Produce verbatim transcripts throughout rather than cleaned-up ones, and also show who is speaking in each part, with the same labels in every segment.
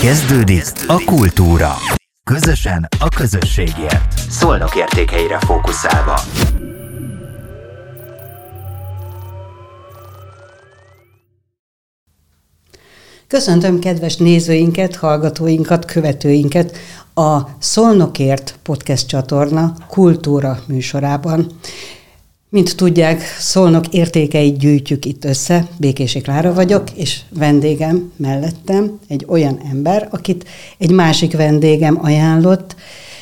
Speaker 1: Kezdődik a kultúra. Közösen a közösségért. Szolnok értékeire fókuszálva.
Speaker 2: Köszöntöm kedves nézőinket, hallgatóinkat, követőinket a Szolnokért podcast csatorna kultúra műsorában. Mint tudják, Szolnok értékeit gyűjtjük itt össze. Békési Klára vagyok, és vendégem mellettem egy olyan ember, akit egy másik vendégem ajánlott.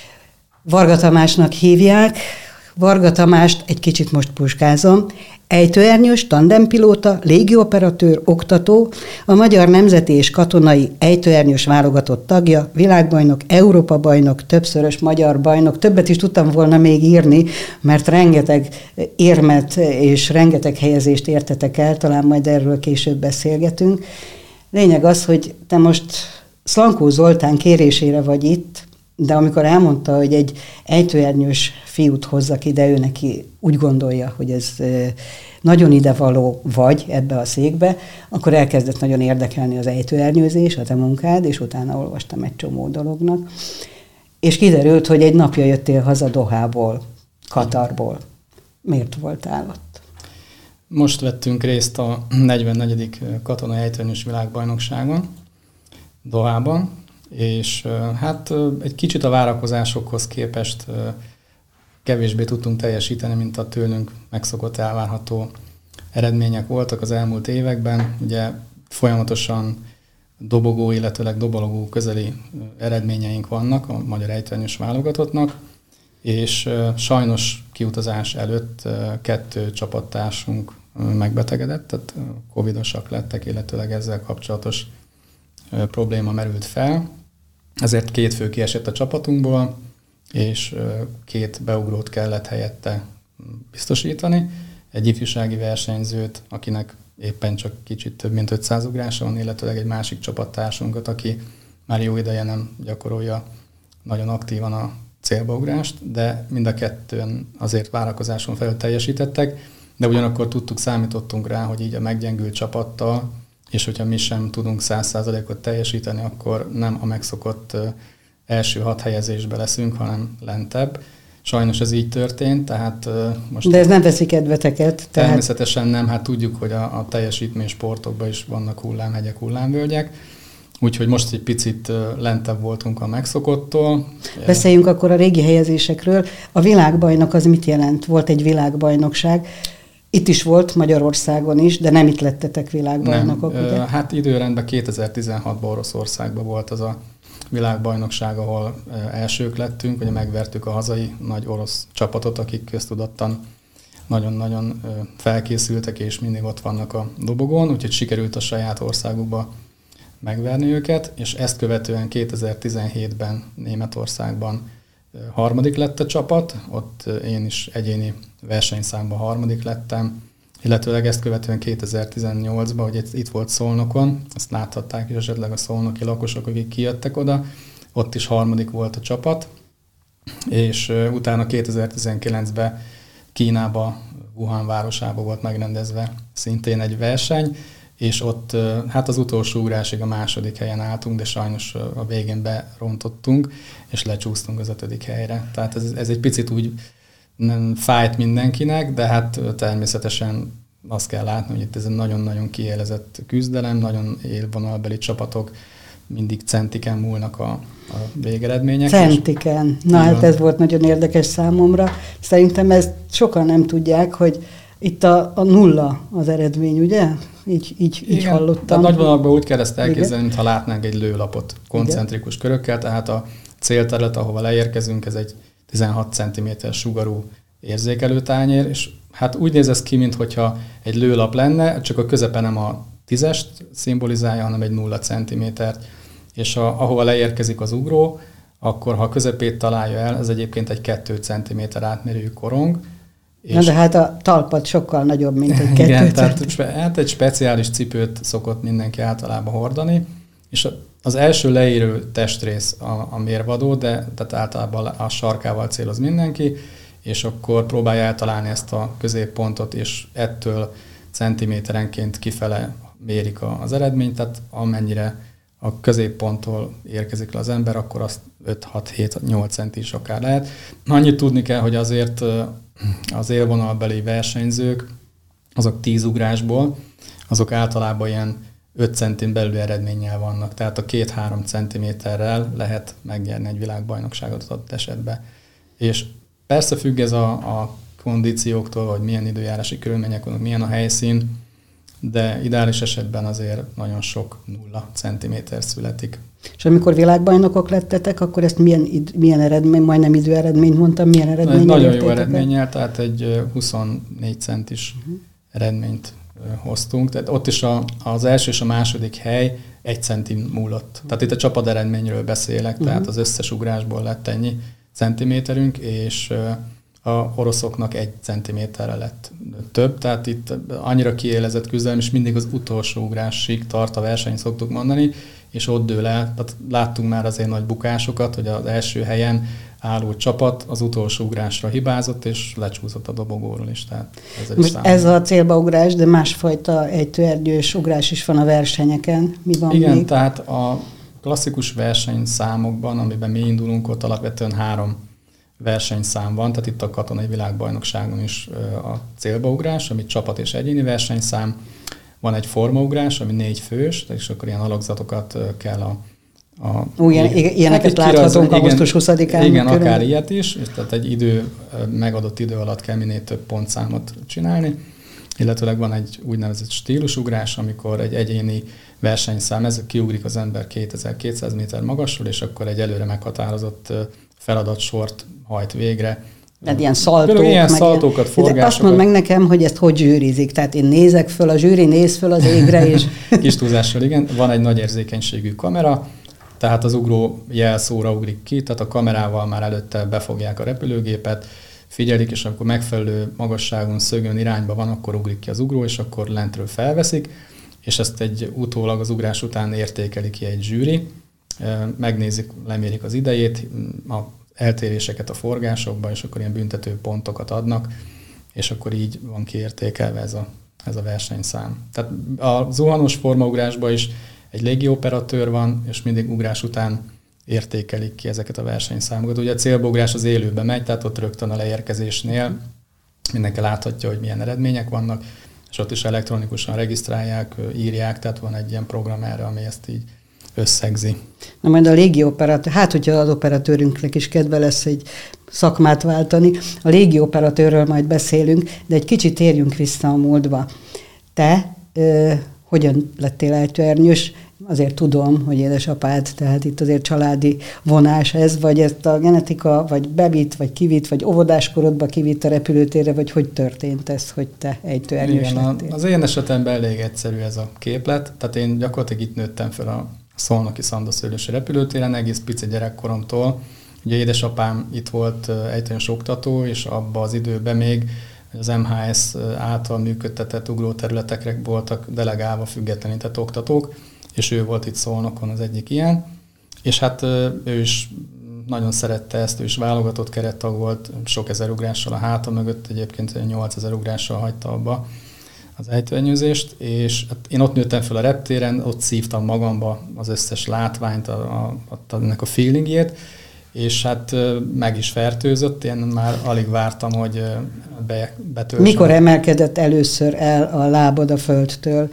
Speaker 2: Varga Tamásnak hívják. Varga Tamást egy kicsit most puskázom. Ejtőernyős, tandempilóta, légioperatőr, oktató, a Magyar Nemzeti és Katonai Ejtőernyős válogatott tagja, világbajnok, Európa-bajnok, többszörös magyar bajnok. Többet is tudtam volna még írni, mert rengeteg érmet és rengeteg helyezést értetek el, talán majd erről később beszélgetünk. Lényeg az, hogy te most Szlankó Zoltán kérésére vagy itt, de amikor elmondta, hogy egy ejtőernyős fiút hozzak ide, ő neki úgy gondolja, hogy ez nagyon idevaló vagy ebbe a székbe, akkor elkezdett nagyon érdekelni az ejtőernyőzés, a te munkád, és utána olvastam egy csomó dolognak. És kiderült, hogy egy napja jöttél haza Dohából, Katarból. Miért voltál ott?
Speaker 3: Most vettünk részt a negyvennegyedik Katonai Ejtőernyős Világbajnokságon, Dohában, és hát egy kicsit a várakozásokhoz képest kevésbé tudtunk teljesíteni, mint a tőlünk megszokott elvárható eredmények voltak az elmúlt években. Ugye folyamatosan dobogó, illetőleg dobologó közeli eredményeink vannak a magyar ejtőernyős válogatottnak, és sajnos kiutazás előtt kettő csapattársunk megbetegedett, tehát covidosak lettek, illetőleg ezzel kapcsolatos probléma merült fel. Ezért két fő kiesett a csapatunkból, és két beugrót kellett helyette biztosítani. Egy ifjúsági versenyzőt, akinek éppen csak kicsit több mint ötszáz ugrása van, illetőleg egy másik csapattársunkat, aki már jó ideje nem gyakorolja nagyon aktívan a célbaugrást, de mind a kettőn azért várakozáson felül teljesítettek, de ugyanakkor tudtuk, számítottunk rá, hogy így a meggyengült csapattal, és hogyha mi sem tudunk száz százalékot teljesíteni, akkor nem a megszokott első hat helyezésbe leszünk, hanem lentebb. Sajnos ez így történt, tehát most...
Speaker 2: De ez nem veszi kedveteket?
Speaker 3: Természetesen tehát... nem, hát tudjuk, hogy a, a teljesítmény sportokban is vannak hullámhegyek, hullámvölgyek, úgyhogy most egy picit lentebb voltunk a megszokottól.
Speaker 2: Beszéljünk akkor a régi helyezésekről. A világbajnok az mit jelent? Volt egy világbajnokság. Itt is volt, Magyarországon is, de nem itt lettetek világbajnokok,
Speaker 3: nem.
Speaker 2: ugye?
Speaker 3: Hát időrendben kétezer-tizenhatban Oroszországban volt az a világbajnokság, ahol elsők lettünk, ugye megvertük a hazai nagy orosz csapatot, akik köztudottan nagyon-nagyon felkészültek, és mindig ott vannak a dobogón, úgyhogy sikerült a saját országukba megverni őket, és ezt követően kétezer-tizenhétben Németországban harmadik lett a csapat, ott én is egyéni versenyszámban harmadik lettem, illetőleg ezt követően kétezer-tizennyolcban, hogy itt volt Szolnokon, azt láthatták is esetleg a szolnoki lakosok, akik kijöttek oda, ott is harmadik volt a csapat, és utána kétezer-tizenkilencben Kínába, Wuhan városába volt megrendezve szintén egy verseny, és ott hát az utolsó ugrásig a második helyen álltunk, de sajnos a végén berontottunk, és lecsúsztunk az ötödik helyre. Tehát ez, ez egy picit úgy nem fájt mindenkinek, de hát természetesen azt kell látni, hogy itt ez egy nagyon-nagyon kiélezett küzdelem, nagyon élvonalbeli csapatok, mindig centiken múlnak a, a végeredmények.
Speaker 2: Centiken. Na hát ez volt nagyon érdekes számomra. Szerintem ezt sokan nem tudják, hogy itt a, a nulla az eredmény, ugye? Így, így, így hallottam.
Speaker 3: Nagy vonalakban úgy kell ezt elképzelni, mintha látnánk egy lőlapot koncentrikus Igen. körökkel, tehát a célterület, ahova leérkezünk, ez egy tizenhat centiméter sugarú érzékelőtányér, és hát úgy néz ez ki, mintha egy lőlap lenne, csak a közepe nem a tízest szimbolizálja, hanem egy nulla centimétert, és a, ahova leérkezik az ugró, akkor ha a közepét találja el, ez egyébként egy két centiméter átmérőjű korong.
Speaker 2: Na de hát a talpad sokkal nagyobb, mint egy kettő
Speaker 3: Igen, tehát hát egy speciális cipőt szokott mindenki általában hordani, és az első leérő testrész a, a mérvadó, de tehát általában a sarkával céloz mindenki, és akkor próbálja eltalálni ezt a középpontot, és ettől centiméterenként kifele mérik az eredményt, tehát amennyire a középponttól érkezik le az ember, akkor azt öt hat hét nyolc centi is akár lehet. Annyit tudni kell, hogy azért az élvonalbeli versenyzők, azok tíz ugrásból, azok általában ilyen öt centin belül eredménnyel vannak. Tehát a két-három centiméterrel lehet megnyerni egy világbajnokságot adott esetben. És persze függ ez a, a kondícióktól, hogy milyen időjárási körülmények vannak, milyen a helyszín, de ideális esetben azért nagyon sok nulla centiméter születik.
Speaker 2: És amikor világbajnokok lettetek, akkor ezt milyen, milyen eredmény, majdnem időeredményt mondtam, milyen eredmény?
Speaker 3: Nagyon jó eredménnyel, tehát egy huszonnégy centis uh-huh. eredményt hoztunk. Tehát ott is a, az első és a második hely egy centim múlott. Tehát itt a csapad eredményről beszélek, uh-huh. tehát az összes ugrásból lett ennyi centiméterünk, és a oroszoknak egy centiméterre lett több, tehát itt annyira kiélezett küzdelem, és mindig az utolsó ugrásig tart a verseny, szoktuk mondani, és ott dől el. Tehát láttunk már azért nagy bukásokat, hogy az első helyen álló csapat az utolsó ugrásra hibázott, és lecsúszott a dobogóról is. Tehát
Speaker 2: ez, ez a célbaugrás, de másfajta ejtőernyős ugrás is van a versenyeken. Mi van
Speaker 3: Igen,
Speaker 2: még?
Speaker 3: tehát a klasszikus versenyszámokban, amiben mi indulunk, ott alapvetően három versenyszám van, tehát itt a katonai világbajnokságon is a célbaugrás, ami csapat és egyéni versenyszám, van egy formaugrás, ami négy fős, és akkor ilyen alakzatokat kell a... a
Speaker 2: Ó, ilyen, ilyeneket hát láthatunk augusztus huszadikán.
Speaker 3: Igen, körül. Akár ilyet is, és tehát egy idő, megadott idő alatt kell minél több pontszámot csinálni, illetőleg van egy úgynevezett stílusugrás, amikor egy egyéni versenyszám, ez kiugrik az ember kétezer-kétszáz méter magasról, és akkor egy előre meghatározott feladatsort hajt végre.
Speaker 2: Tehát ilyen szaltók.
Speaker 3: Ilyen szaltókat, forgásokat.
Speaker 2: De azt mondd meg nekem, hogy ezt hogy zsűrizik. Tehát én nézek föl, a zsűri néz föl az égre, és...
Speaker 3: Kis túlzással, igen. Van egy nagy érzékenységű kamera, tehát az ugró jelszóra ugrik ki, tehát a kamerával már előtte befogják a repülőgépet, figyelik, és akkor megfelelő magasságon, szögön, irányba van, akkor ugrik ki az ugró, és akkor lentről felveszik, és ezt egy utólag az ugrás után értékeli ki egy zsűri, megnézik, lemérik az idejét, a eltéréseket a forgásokban, és akkor ilyen büntető pontokat adnak, és akkor így van kiértékelve ez a, ez a versenyszám. Tehát a zuhanós formaugrásban is egy légioperatőr van, és mindig ugrás után értékelik ki ezeket a versenyszámokat. Ugye a célbaugrás az élőbe megy, tehát ott rögtön a leérkezésnél mindenki láthatja, hogy milyen eredmények vannak, és ott is elektronikusan regisztrálják, írják, tehát van egy ilyen program erre, ami ezt így összegzi.
Speaker 2: Na majd a légioperatőr, hát hogyha az operatőrünknek is kedve lesz egy szakmát váltani, a légioperatőrről majd beszélünk, de egy kicsit térjünk vissza a múltba. Te ö, hogyan lettél ejtőernyős? Azért tudom, hogy édesapád, tehát itt azért családi vonás ez, vagy ezt a genetika, vagy bevitt, vagy kivitt, vagy óvodáskorodba kivitt a repülőtérre, vagy hogy történt ez, hogy te ejtőernyős lettél?
Speaker 3: Az én esetemben elég egyszerű ez a képlet, tehát én gyakorlatilag itt nőttem fel a Szolnoki Szandaszőlősi repülőtéren, egész pici gyerekkoromtól. Ugye édesapám itt volt ejtőernyős oktató, és abban az időben még az em há es által működtetett ugróterületekre voltak delegálva függetlenített oktatók, és ő volt itt Szolnokon az egyik ilyen. És hát ő is nagyon szerette ezt, ő is válogatott kerettag volt, sok ezer ugrással a háta mögött, egyébként nyolcezer ugrással hagyta abba az ejtőernyőzést, és hát én ott nőttem fel a reptéren, ott szívtam magamba az összes látványt, a, a, a, ennek a feelingjét, és hát meg is fertőzött, én már alig vártam, hogy be, betöltsem.
Speaker 2: Mikor emelkedett először el a lábad a földtől?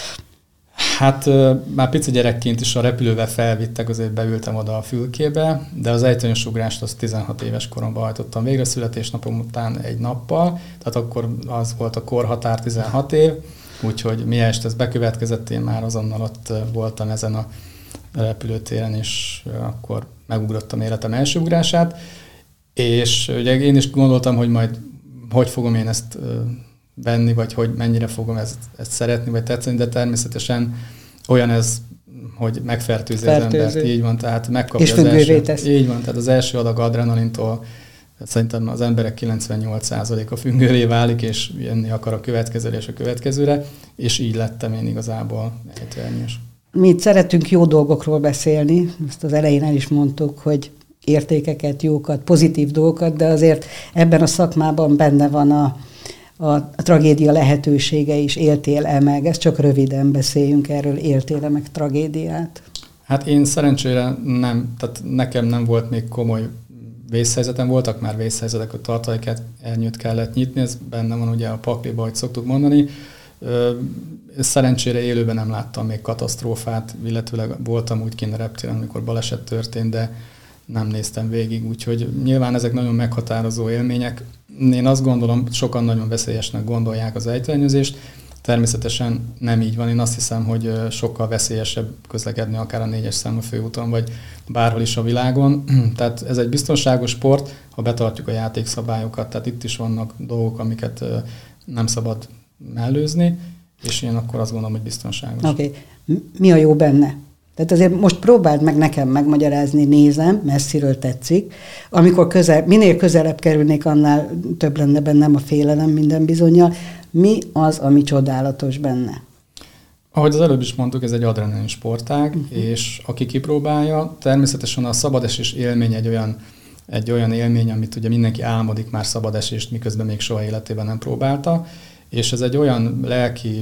Speaker 3: Hát már pici gyerekként is a repülővel felvittek, azért beültem oda a fülkébe, de az ejtőernyős ugrást azt tizenhat éves koromban hajtottam végre, születésnapom után egy nappal, tehát akkor az volt a korhatár tizenhat év, úgyhogy miért ez bekövetkezett, én már azonnal ott voltam ezen a repülőtéren, és akkor megugrottam életem első ugrását, és ugye én is gondoltam, hogy majd hogy fogom én ezt venni, vagy hogy mennyire fogom ezt, ezt szeretni, vagy tetszeni, de természetesen olyan ez, hogy megfertőzi az embert, így van, tehát megkapja
Speaker 2: és
Speaker 3: az első.
Speaker 2: Tesz.
Speaker 3: Így van, tehát az első adag adrenalintól szerintem az emberek kilencvennyolc százaléka függővé válik, és jönni akar a következőre és a következőre, és így lettem én igazából ejtőernyős.
Speaker 2: Mi itt szeretünk jó dolgokról beszélni, ezt az elején el is mondtuk, hogy értékeket, jókat, pozitív dolgokat, de azért ebben a szakmában benne van a A, a tragédia lehetősége is. Éltél-e meg? Ezt csak röviden beszéljünk erről, éltél-e meg tragédiát?
Speaker 3: Hát én szerencsére nem, tehát nekem nem volt még komoly vészhelyzetem, voltak már vészhelyzetek, hogy tartalékernyőt kellett nyitni, ez benne van ugye a pakliba, ahogy szoktuk mondani. Szerencsére élőben nem láttam még katasztrófát, illetőleg voltam úgy kint a reptéren, amikor baleset történt, de nem néztem végig, úgyhogy nyilván ezek nagyon meghatározó élmények. Én azt gondolom, sokan nagyon veszélyesnek gondolják az ejtőernyőzést, természetesen nem így van. Én azt hiszem, hogy sokkal veszélyesebb közlekedni akár a négyes számú főúton, vagy bárhol is a világon. Tehát ez egy biztonságos sport, ha betartjuk a játékszabályokat, tehát itt is vannak dolgok, amiket nem szabad mellőzni, és én akkor azt gondolom, hogy biztonságos.
Speaker 2: Oké. Okay. Mi a jó benne? Tehát azért most próbáld meg nekem megmagyarázni, nézem, messziről tetszik. Amikor közel, minél közelebb kerülnék, annál több lenne bennem a félelem minden bizonnyal. Mi az, ami csodálatos benne?
Speaker 3: Ahogy az előbb is mondtuk, ez egy adrenalin sportág, uh-huh. és aki kipróbálja, természetesen a szabadesés élmény egy olyan, egy olyan élmény, amit ugye mindenki álmodik már szabadesést, miközben még soha életében nem próbálta, és ez egy olyan lelki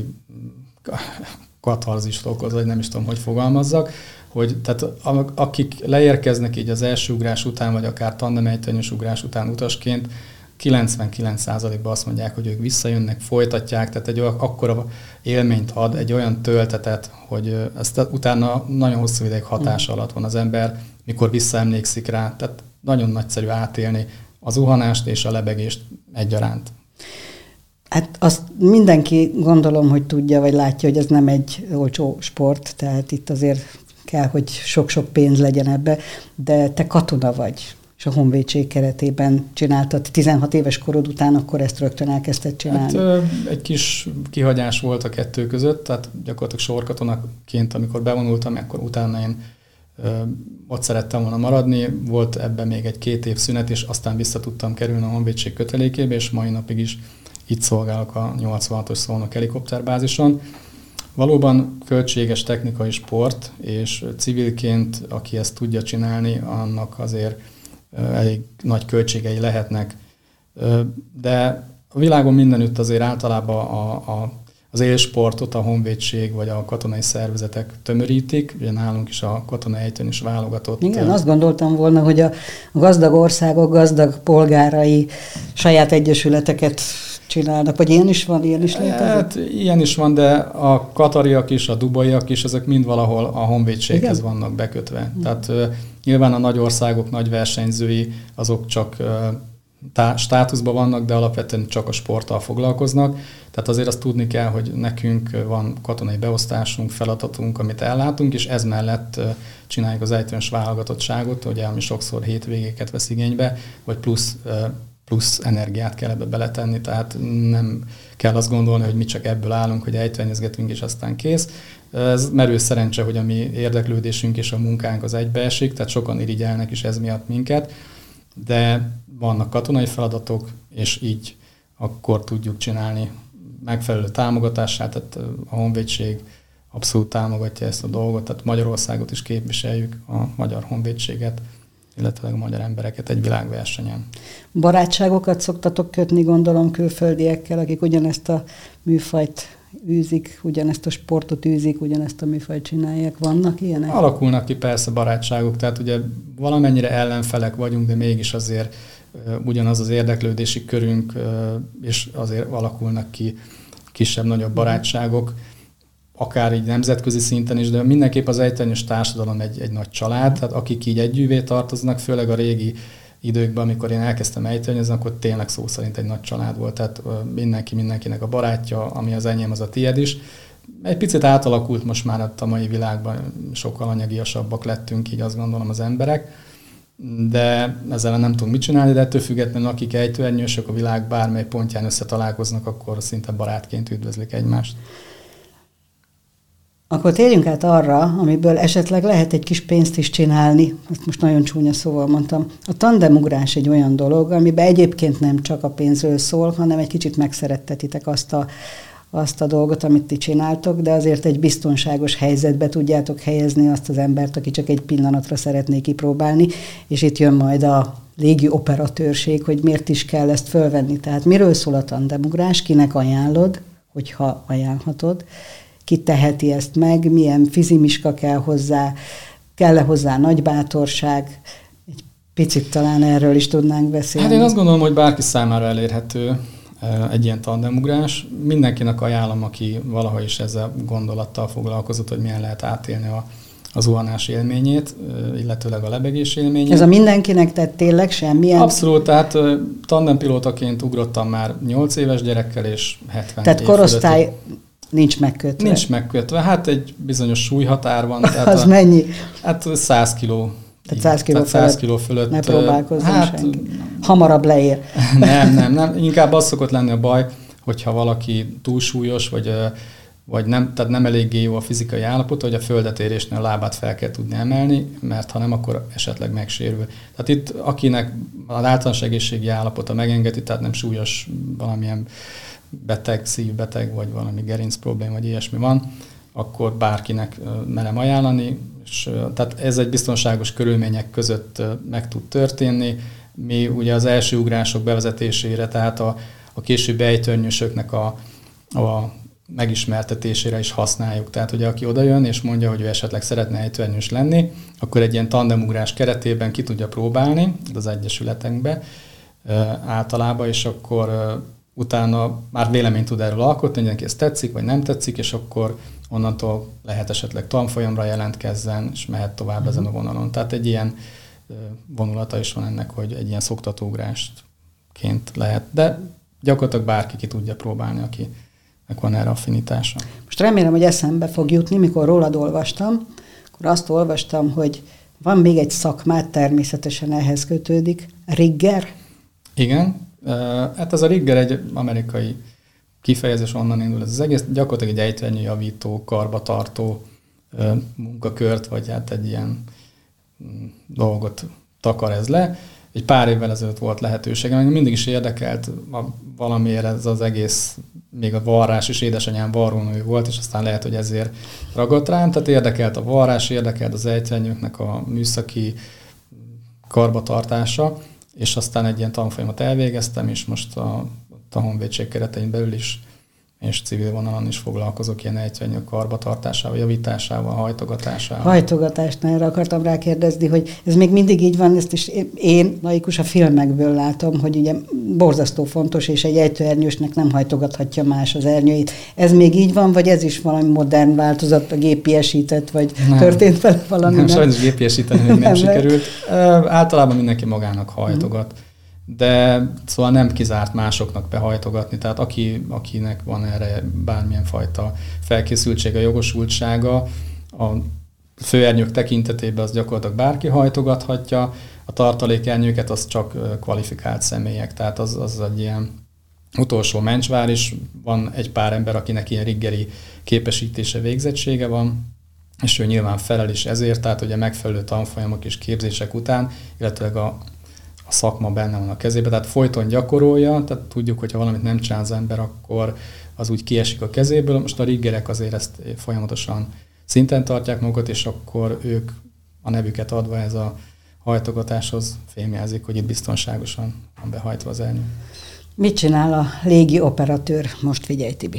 Speaker 3: katarzist okoz, vagy nem is tudom, hogy fogalmazzak, hogy tehát akik leérkeznek így az első ugrás után, vagy akár tandemejtőnyös ugrás után utasként, kilencvenkilenc százalékban azt mondják, hogy ők visszajönnek, folytatják, tehát egy akkora élményt ad, egy olyan töltetet, hogy ezt utána nagyon hosszú ideig hatás alatt van az ember, mikor visszaemlékszik rá, tehát nagyon nagyszerű átélni a zuhanást és a lebegést egyaránt.
Speaker 2: Hát azt mindenki gondolom, hogy tudja, vagy látja, hogy ez nem egy olcsó sport, tehát itt azért kell, hogy sok-sok pénz legyen ebbe, de te katona vagy, és a honvédség keretében csináltad. tizenhat éves korod után akkor ezt rögtön elkezdted csinálni.
Speaker 3: Hát egy kis kihagyás volt a kettő között, tehát gyakorlatilag sorkatonaként, amikor bevonultam, akkor utána én ö, ott szerettem volna maradni, volt ebben még egy két év szünet, és aztán vissza tudtam kerülni a honvédség kötelékébe, és mai napig is itt szolgálok a nyolcvanhatos Szolnok helikopterbázison. Valóban költséges technikai sport, és civilként, aki ezt tudja csinálni, annak azért elég nagy költségei lehetnek. De a világon mindenütt azért általában a, a, az élsportot a honvédség vagy a katonai szervezetek tömörítik. Ugye nálunk is a katonai ejtőernyős válogatott.
Speaker 2: Igen, azt gondoltam volna, hogy a gazdag országok, gazdag polgárai saját egyesületeket csinálnak, vagy ilyen is van, ilyen is létezik?
Speaker 3: Hát ilyen is van, de a katariak is, a dubaiak is, ezek mind valahol a honvédséghez Igen? vannak bekötve. Mm. Tehát uh, nyilván a nagy országok, nagy versenyzői, azok csak uh, tá- státuszban vannak, de alapvetően csak a sporttal foglalkoznak. Tehát azért azt tudni kell, hogy nekünk van katonai beosztásunk, feladatunk, amit ellátunk, és ez mellett uh, csináljuk az ejtőernyős válogatottságot, ugye, ami sokszor hétvégéket vesz igénybe, vagy plusz uh, plusz energiát kell ebbe beletenni, tehát nem kell azt gondolni, hogy mi csak ebből állunk, hogy ejtőernyőzgetünk, és aztán kész. Ez merő szerencse, hogy a mi érdeklődésünk és a munkánk az egybeesik, tehát sokan irigyelnek is ez miatt minket, de vannak katonai feladatok, és így akkor tudjuk csinálni megfelelő támogatását, tehát a honvédség abszolút támogatja ezt a dolgot, tehát Magyarországot is képviseljük, a magyar honvédséget, illetve a magyar embereket egy világversenyen.
Speaker 2: Barátságokat szoktatok kötni, gondolom, külföldiekkel, akik ugyanezt a műfajt űzik, ugyanezt a sportot űzik, ugyanezt a műfajt csinálják. Vannak ilyenek?
Speaker 3: Alakulnak ki persze barátságok, tehát ugye valamennyire ellenfelek vagyunk, de mégis azért uh, ugyanaz az érdeklődési körünk, uh, és azért alakulnak ki kisebb-nagyobb barátságok, akár így nemzetközi szinten is, de mindenképp az ejtőernyős társadalom egy, egy nagy család, tehát akik így együvé tartoznak, főleg a régi időkben, amikor én elkezdtem ejtőernyőzni, akkor tényleg szó szerint egy nagy család volt, tehát mindenki mindenkinek a barátja, ami az enyém, az a tied is. Egy picit átalakult most már a mai világban, sokkal anyagiasabbak lettünk, így azt gondolom az emberek, de ezzel nem tudunk mit csinálni, de ettől függetlenül akik ejtőernyősök a világ bármely pontján összetalálkoznak, akkor szinte barátként üdvözlik egymást.
Speaker 2: Akkor térjünk át arra, amiből esetleg lehet egy kis pénzt is csinálni. Ezt most nagyon csúnya szóval mondtam. A tandemugrás egy olyan dolog, amiben egyébként nem csak a pénzről szól, hanem egy kicsit megszerettetitek azt a, azt a dolgot, amit ti csináltok, de azért egy biztonságos helyzetbe tudjátok helyezni azt az embert, aki csak egy pillanatra szeretné kipróbálni, és itt jön majd a légi operatőrség, hogy miért is kell ezt fölvenni. Tehát miről szól a tandemugrás, kinek ajánlod, hogyha ajánlhatod, ki teheti ezt meg, milyen fizimiska kell hozzá, kell-e hozzá nagy bátorság? Egy picit talán erről is tudnánk beszélni.
Speaker 3: Hát én azt gondolom, hogy bárki számára elérhető egy ilyen tandemugrás. Mindenkinek ajánlom, aki valaha is ezzel gondolattal foglalkozott, hogy milyen lehet átélni a, a zuhanás élményét, illetőleg a lebegés élményét.
Speaker 2: Ez a mindenkinek, tehát tényleg semmilyen?
Speaker 3: Abszolút, tehát tandempilótaként ugrottam már nyolc éves gyerekkel és hetven
Speaker 2: Tehát
Speaker 3: év
Speaker 2: korosztály
Speaker 3: fölötti.
Speaker 2: Nincs megkötve?
Speaker 3: Nincs megkötve. Hát egy bizonyos súlyhatár van. Tehát
Speaker 2: az
Speaker 3: a,
Speaker 2: mennyi?
Speaker 3: Hát száz kiló.
Speaker 2: Tehát száz kiló,
Speaker 3: tehát száz kiló fölött.
Speaker 2: Ne próbálkozzon
Speaker 3: hát,
Speaker 2: senki. Hamarabb leér.
Speaker 3: Nem, nem, nem. Inkább az szokott lenni a baj, hogyha valaki túlsúlyos, vagy, vagy nem, tehát nem eléggé jó a fizikai állapot, hogy a földetérésnél a lábát fel kell tudni emelni, mert ha nem, akkor esetleg megsérül. Tehát itt akinek az általános egészségi állapota megengedi, tehát nem súlyos valamilyen beteg, szívbeteg, vagy valami gerinc probléma, vagy ilyesmi van, akkor bárkinek merem ajánlani, és tehát ez egy biztonságos körülmények között meg tud történni. Mi ugye az első ugrások bevezetésére, tehát a, a későbbi ejtőernyősöknek a, a megismertetésére is használjuk. Tehát ugye aki odajön és mondja, hogy ő esetleg szeretne ejtőernyős lenni, akkor egy ilyen tandemugrás keretében ki tudja próbálni az egyesületekbe általában, és akkor utána már véleményt tud erről alkotni, hogy neki ez tetszik, vagy nem tetszik, és akkor onnantól lehet esetleg tanfolyamra jelentkezzen, és mehet tovább uh-huh. ezen a vonalon. Tehát egy ilyen vonulata is van ennek, hogy egy ilyen szoktatóugrásként lehet. De gyakorlatilag bárki ki tudja próbálni, akinek van erre affinitása.
Speaker 2: Most remélem, hogy eszembe fog jutni, mikor rólad olvastam, akkor azt olvastam, hogy van még egy szakmát, természetesen ehhez kötődik, rigger.
Speaker 3: Igen, hát ez a rigger egy amerikai kifejezés, onnan indul ez az egész, gyakorlatilag egy ejtőernyőjavító, karbatartó munkakört, vagy hát egy ilyen dolgot takar ez le. Egy pár évvel ezelőtt volt lehetőségem, engem mindig is érdekelt, valamiért ez az egész, még a varrás is, édesanyám varrónő volt, és aztán lehet, hogy ezért ragadt rám, tehát érdekelt a varrás, érdekelt az ejtőernyőknek a műszaki karbatartása, és aztán egy ilyen tanfolyamot elvégeztem, és most a, a honvédség keretein belül is, és civil vonalon is foglalkozok ilyen ejtőernyők karbatartásával, javításával, hajtogatásával.
Speaker 2: Hajtogatásnál erre akartam rákérdezni, hogy ez még mindig így van, ezt is én, laikus, a filmekből látom, hogy ugye borzasztó fontos, és egy ejtőernyősnek nem hajtogathatja más az ernyőit. Ez még így van, vagy ez is valami modern változat, a gépiesített, vagy nem. Történt vele valami?
Speaker 3: Nem, nem? Sajnos gépiesíteni még nem, nem sikerült. Uh, általában mindenki magának hajtogat. Hmm. De szóval nem kizárt másoknak behajtogatni, tehát aki, akinek van erre bármilyen fajta felkészültsége, jogosultsága, a főernyők tekintetében az gyakorlatilag bárki hajtogathatja, a tartalékernyőket az csak kvalifikált személyek, tehát az, az egy ilyen utolsó mencsvár is, van egy pár ember, akinek ilyen riggeri képesítése, végzettsége van, és ő nyilván felel is ezért, tehát ugye megfelelő tanfolyamok és képzések után, illetve a a szakma benne van a kezében, tehát folyton gyakorolja, tehát tudjuk, hogy ha valamit nem csinál az ember, akkor az úgy kiesik a kezéből. Most a riggerek azért ezt folyamatosan szinten tartják magukat, és akkor ők a nevüket adva ez a hajtogatáshoz fémjelzik, hogy itt biztonságosan van behajtva az ernyő.
Speaker 2: Mit csinál a légi operatőr? Most figyelj, Tibi.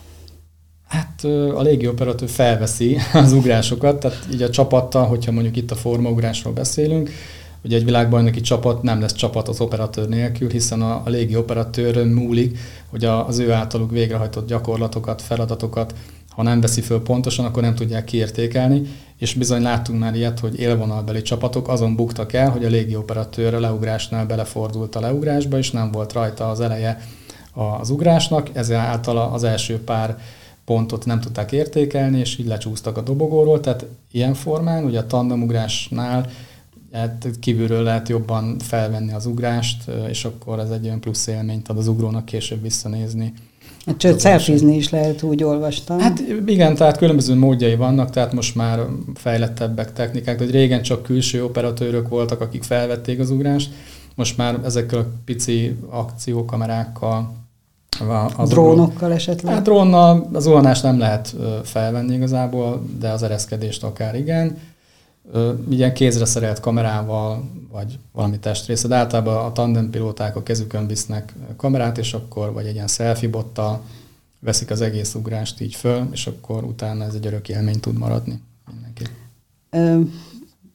Speaker 3: Hát a légi operatőr felveszi az ugrásokat, tehát így a csapattal, hogyha mondjuk itt a formaugrásról beszélünk, ugye egy világbajnoki csapat nem lesz csapat az operatőr nélkül, hiszen a, a légi operatőrön múlik, hogy a, az ő általuk végrehajtott gyakorlatokat, feladatokat, ha nem veszi föl pontosan, akkor nem tudják kiértékelni, és bizony láttunk már ilyet, hogy élvonalbeli csapatok azon buktak el, hogy a légi operatőr a leugrásnál belefordult a leugrásba, és nem volt rajta az eleje az ugrásnak, ezáltal az első pár pontot nem tudták értékelni, és így lecsúsztak a dobogóról, tehát ilyen formán, ugye a tandemugrásnál hát kívülről lehet jobban felvenni az ugrást, és akkor ez egy olyan plusz élményt ad az ugrónak később visszanézni.
Speaker 2: Hát sőt, szelfizni is lehet, úgy olvastam.
Speaker 3: Hát igen, tehát különböző módjai vannak, tehát most már fejlettebbek technikák, hogy régen csak külső operatőrök voltak, akik felvették az ugrást, most már ezekkel a pici akciókamerákkal,
Speaker 2: az drónokkal ugró, esetleg?
Speaker 3: Hát drónnal az zuhanást nem lehet felvenni igazából, de az ereszkedést akár igen. Ilyen kézre szerelt kamerával, vagy valami testrésze, de általában a tandempilóták a kezükön visznek kamerát, és akkor, vagy egy ilyen selfie bottal veszik az egész ugrást így föl, és akkor utána ez egy örök élmény tud maradni mindenki.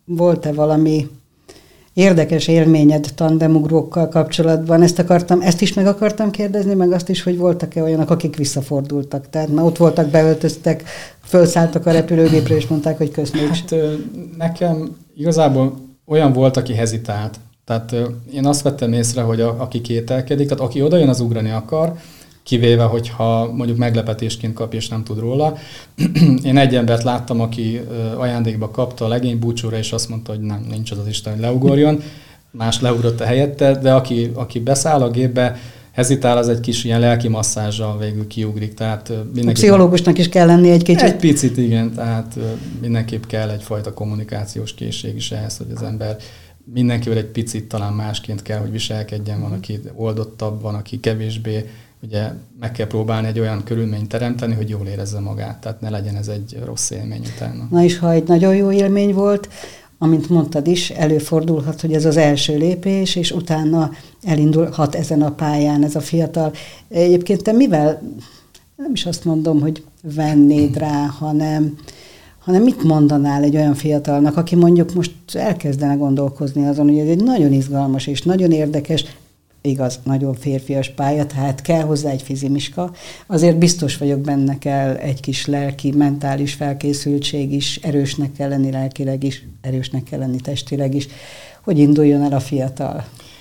Speaker 2: volt-e valami érdekes élményed tandemugrókkal kapcsolatban? Ezt akartam, ezt is meg akartam kérdezni, meg azt is, hogy voltak-e olyanok, akik visszafordultak? Tehát már ott voltak, beöltöztek, felszálltak a repülőgépre, és mondták, hogy köszönjük.
Speaker 3: Hát nekem igazából olyan volt, aki hezitált. Tehát én azt vettem észre, hogy a, aki kételkedik, tehát aki odajön, az ugrani akar, kivéve, hogyha mondjuk meglepetésként kap, és nem tud róla. Én egy embert láttam, aki ajándékba kapta a legény búcsúra, és azt mondta, hogy nem, nincs az az Isten, hogy leugorjon. Más leugrott a helyette, de aki, aki beszáll a gépbe, hezitál, az egy kis ilyen lelki masszázsal végül kiugrik. Tehát
Speaker 2: a pszichológusnak is kell lenni egy kicsit.
Speaker 3: Egy picit, igen. Tehát mindenképp kell egyfajta kommunikációs készség is ehhez, hogy az ember mindenkivel egy picit talán másként kell, hogy viselkedjen. Van, aki oldottabb, van, aki kevésbé. Ugye meg kell próbálni egy olyan körülményt teremteni, hogy jól érezze magát. Tehát ne legyen ez egy rossz élmény utána.
Speaker 2: Na és ha egy nagyon jó élmény volt, amint mondtad is, előfordulhat, hogy ez az első lépés, és utána elindulhat ezen a pályán ez a fiatal. Egyébként te mivel, nem is azt mondom, hogy vennéd rá, hanem, hanem mit mondanál egy olyan fiatalnak, aki mondjuk most elkezdene gondolkozni azon, hogy ez egy nagyon izgalmas és nagyon érdekes, igaz, nagyon férfias pálya, tehát kell hozzá egy fizimiska. Azért biztos vagyok benne, kell egy kis lelki, mentális felkészültség is, erősnek kell lenni lelkileg is, erősnek kell lenni testileg is, hogy induljon el a fiatal.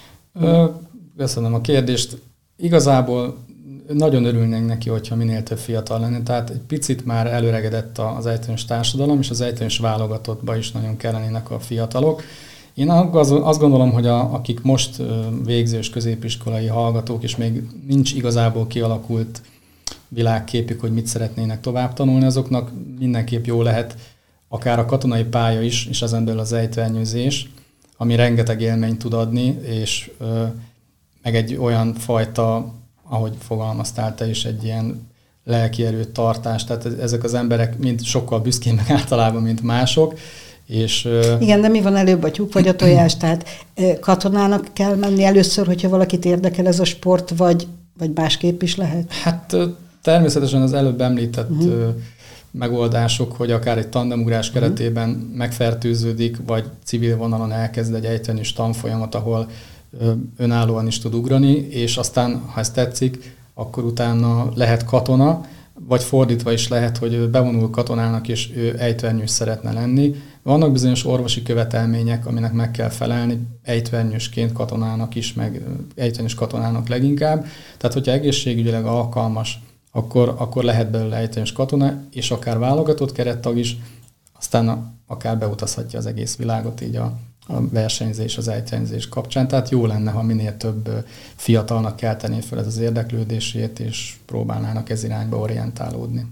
Speaker 3: Köszönöm a kérdést. Igazából nagyon örülnénk neki, hogyha minél több fiatal lenne, tehát egy picit már előregedett az ejtőnyös társadalom, és az ejtőnyös válogatottba is nagyon kellenének a fiatalok. Én azt gondolom, hogy a, akik most végzős középiskolai hallgatók, és még nincs igazából kialakult világképük, hogy mit szeretnének tovább tanulni, azoknak mindenképp jó lehet akár a katonai pálya is, és ezen belül az ejtőernyőzés, ami rengeteg élményt tud adni, és ö, meg egy olyan fajta, ahogy fogalmaztál te is, egy ilyen lelki erőt tartás, tehát ezek az emberek mind sokkal büszkének általában, mint mások. És,
Speaker 2: igen, de mi van előbb, a tyúk vagy a tojás? Tehát katonának kell menni először, hogyha valakit érdekel ez a sport, vagy, vagy másképp is lehet?
Speaker 3: Hát természetesen az előbb említett uh-huh. megoldások, hogy akár egy tandemugrás uh-huh. keretében megfertőződik, vagy civil vonalon elkezd egy ejtőernyős tanfolyamat, ahol önállóan is tud ugrani, és aztán, ha ez tetszik, akkor utána lehet katona, vagy fordítva is lehet, hogy ő bevonul katonának, és ő ejtőernyős szeretne lenni. Vannak bizonyos orvosi követelmények, aminek meg kell felelni, ejtőernyősként katonának is, meg ejtőernyős katonának leginkább. Tehát, hogyha egészségügyileg alkalmas, akkor, akkor lehet belőle ejtőernyős katona, és akár válogatott kerettag is, aztán akár beutazhatja az egész világot így a, a versenyzés, az ejtőernyőzés kapcsán. Tehát jó lenne, ha minél több fiatalnak keltené fel ez az érdeklődését, és próbálnának ez irányba orientálódni.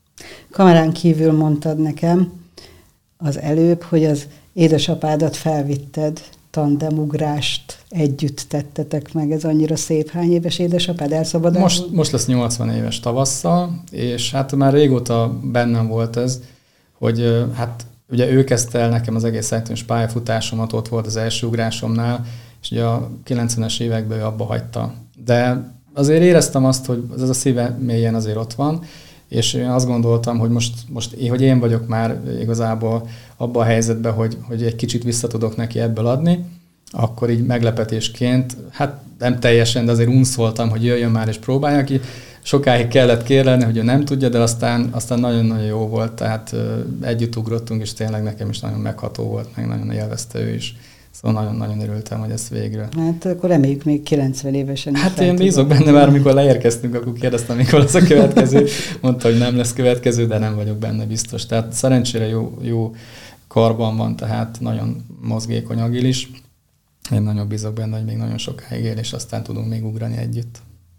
Speaker 2: Kamerán kívül mondtad nekem az előbb, hogy az édesapádat felvitted, tandemugrást együtt tettetek meg, ez annyira szép. Hány éves édesapád elszabadult?
Speaker 3: Most, most lesz nyolcvan éves tavasszal, és hát már régóta bennem volt ez, hogy hát ugye ő kezdte el nekem az egész ejtőernyős pályafutásomat, ott volt az első ugrásomnál, és ugye a kilencvenes években ő abba hagyta. De azért éreztem azt, hogy ez a szíve mélyen azért ott van, és én azt gondoltam, hogy most, most én, hogy én vagyok már igazából abban a helyzetben, hogy, hogy egy kicsit vissza tudok neki ebből adni, akkor így meglepetésként, hát nem teljesen, de azért unszoltam, hogy jöjjön már és próbálja ki. Sokáig kellett kérlelni, hogy ő nem tudja, de aztán, aztán nagyon-nagyon jó volt, tehát együtt ugrottunk, és tényleg nekem is nagyon megható volt, meg nagyon élvezte ő is. Szóval nagyon-nagyon örültem, hogy ezt végre.
Speaker 2: Hát akkor reméljük még kilencven évesen.
Speaker 3: Hát én bízok benne, már amikor leérkeztünk, akkor kérdeztem, mikor lesz a következő. Mondta, hogy nem lesz következő, de nem vagyok benne biztos. Tehát szerencsére jó, jó karban van, tehát nagyon mozgékony, agilis. Én nagyon bízok benne, hogy még nagyon sokáig él, és aztán tudunk még ugrani együtt.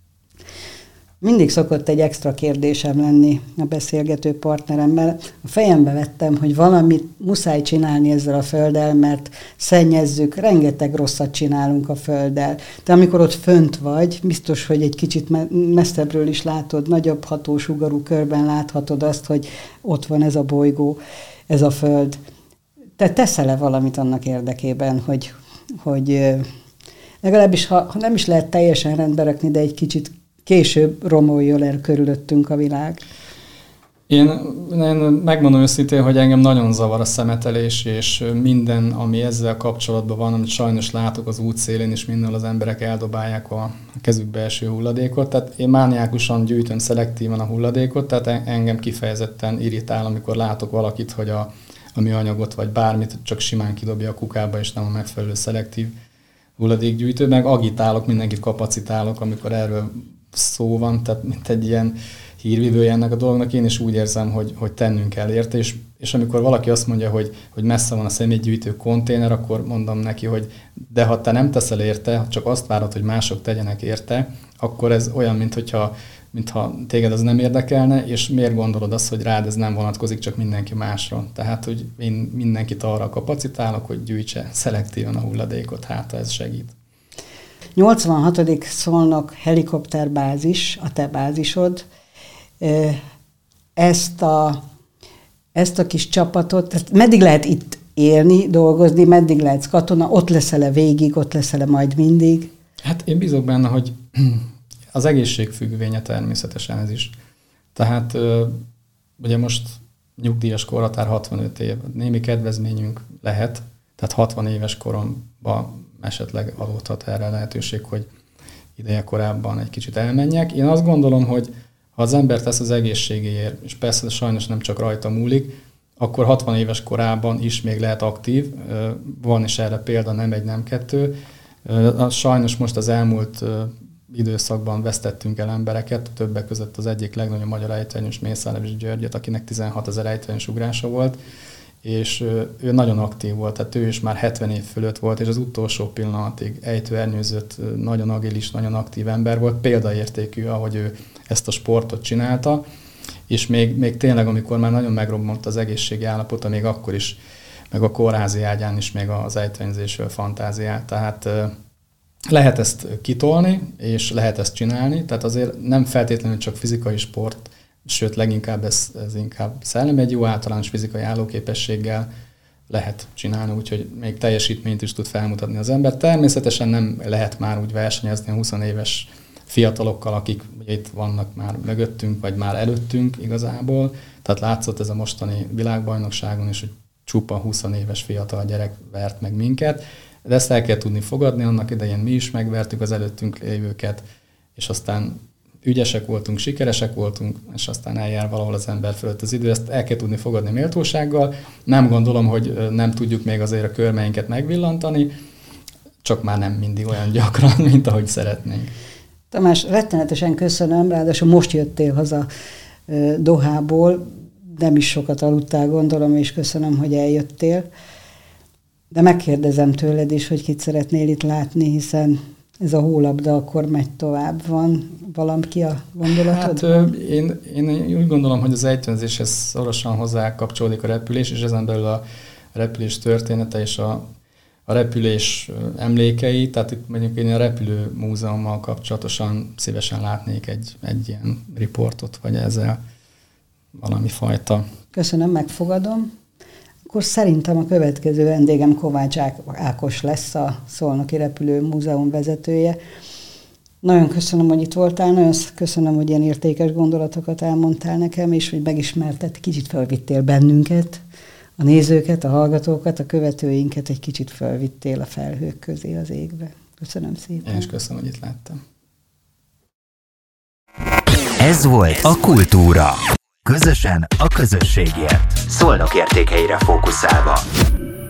Speaker 2: Mindig szokott egy extra kérdésem lenni a beszélgető partneremmel. A fejembe vettem, hogy valamit muszáj csinálni ezzel a földdel, mert szennyezzük, rengeteg rosszat csinálunk a földdel. De amikor ott fönt vagy, biztos, hogy egy kicsit messzebbről is látod, nagyobb hatósugarú körben láthatod azt, hogy ott van ez a bolygó, ez a föld. Te teszel-e valamit annak érdekében, hogy, hogy legalábbis, ha, ha nem is lehet teljesen rendbe rakni, de egy kicsit később romoljon el körülöttünk a világ?
Speaker 3: Én, én megmondom őszintén, hogy engem nagyon zavar a szemetelés, és minden, ami ezzel kapcsolatban van, amit sajnos látok az útszélén, és mindenhol az emberek eldobálják a kezükbe eső hulladékot. Tehát én mániákusan gyűjtöm szelektíven a hulladékot, tehát engem kifejezetten irritál, amikor látok valakit, hogy a, a műanyagot vagy bármit csak simán kidobja a kukába, és nem a megfelelő szelektív hulladékgyűjtő. Meg agitálok, mindenkit kapacitálok, amikor erről szó van, tehát mint egy ilyen hírvívője ennek a dolognak, én is úgy érzem, hogy, hogy tennünk kell érte, és, és amikor valaki azt mondja, hogy, hogy messze van a személygyűjtő konténer, akkor mondom neki, hogy de ha te nem teszel érte, csak azt várod, hogy mások tegyenek érte, akkor ez olyan, mintha, mintha téged az nem érdekelne, és miért gondolod azt, hogy rád ez nem vonatkozik, csak mindenki másra. Tehát, hogy én mindenkit arra kapacitálok, hogy gyűjtse szelektíven a hulladékot, hát ez segít.
Speaker 2: nyolcvanhatodik Szolnok helikopterbázis, a te bázisod. Ezt a, ezt a kis csapatot, tehát meddig lehet itt élni, dolgozni, meddig lehetsz katona, ott leszel-e végig, ott leszel-e majd mindig?
Speaker 3: Hát én bízok benne, hogy az egészség függvénye természetesen ez is. Tehát ugye most nyugdíjas korhatár hatvanöt év, némi kedvezményünk lehet, tehát hatvan éves koromban esetleg adódhat erre lehetőség, hogy ideje korábban egy kicsit elmenjek. Én azt gondolom, hogy ha az ember tesz az egészségéért, és persze sajnos nem csak rajta múlik, akkor hatvan éves korában is még lehet aktív. Van is erre példa, nem egy, nem kettő. Sajnos most az elmúlt időszakban vesztettünk el embereket, többek között az egyik legnagyobb magyar ejtőernyős Mészáros Györgyöt, akinek tizenhatezer ejtőernyős ugrása volt, és ő nagyon aktív volt, tehát ő is már hetven év fölött volt, és az utolsó pillanatig ejtőernyőzött, nagyon agilis, nagyon aktív ember volt, példaértékű, ahogy ő ezt a sportot csinálta, és még, még tényleg, amikor már nagyon megrobbant az egészségi állapota, még akkor is, meg a kórházi ágyán is még az ejtőernyőzésről fantáziált. Tehát lehet ezt kitolni, és lehet ezt csinálni, tehát azért nem feltétlenül csak fizikai sport, sőt, leginkább ez, ez inkább szellemi, egy jó általános fizikai állóképességgel lehet csinálni, úgyhogy még teljesítményt is tud felmutatni az ember. Természetesen nem lehet már úgy versenyezni a húsz éves fiatalokkal, akik ugye itt vannak már mögöttünk, vagy már előttünk igazából. Tehát látszott ez a mostani világbajnokságon is, hogy csupa húsz éves fiatal gyerek vert meg minket, de ezt el kell tudni fogadni, annak idején mi is megvertük az előttünk lévőket, és aztán ügyesek voltunk, sikeresek voltunk, és aztán eljár valahol az ember fölött az idő, ezt el kell tudni fogadni méltósággal. Nem gondolom, hogy nem tudjuk még azért a körmeinket megvillantani, csak már nem mindig olyan gyakran, mint ahogy szeretnénk.
Speaker 2: Tamás, rettenetesen köszönöm, ráadásul most jöttél haza Dohából, nem is sokat aludtál, gondolom, és köszönöm, hogy eljöttél. De megkérdezem tőled is, hogy kit szeretnél itt látni, hiszen ez a hólabda akkor megy tovább. Van valaki a gondolatod?
Speaker 3: Hát én, én úgy gondolom, hogy az ejtőzéshez szorosan hozzá kapcsolódik a repülés, és ezen belül a repülés története és a, a repülés emlékei. Tehát itt mondjuk én a repülő múzeummal kapcsolatosan szívesen látnék egy, egy ilyen riportot, vagy ezzel valami fajta.
Speaker 2: Köszönöm, megfogadom. Akkor szerintem a következő vendégem Kovács Ákos lesz, a Szolnoki Repülő Múzeum vezetője. Nagyon köszönöm, hogy itt voltál, nagyon köszönöm, hogy ilyen értékes gondolatokat elmondtál nekem, és hogy megismerted, kicsit felvittél bennünket, a nézőket, a hallgatókat, a követőinket egy kicsit felvittél a felhők közé az égbe. Köszönöm szépen.
Speaker 3: Én is köszönöm, hogy itt láttam.
Speaker 1: Ez volt a Kultúra. Közösen a közösségért. Szolnok értékeire fókuszálva.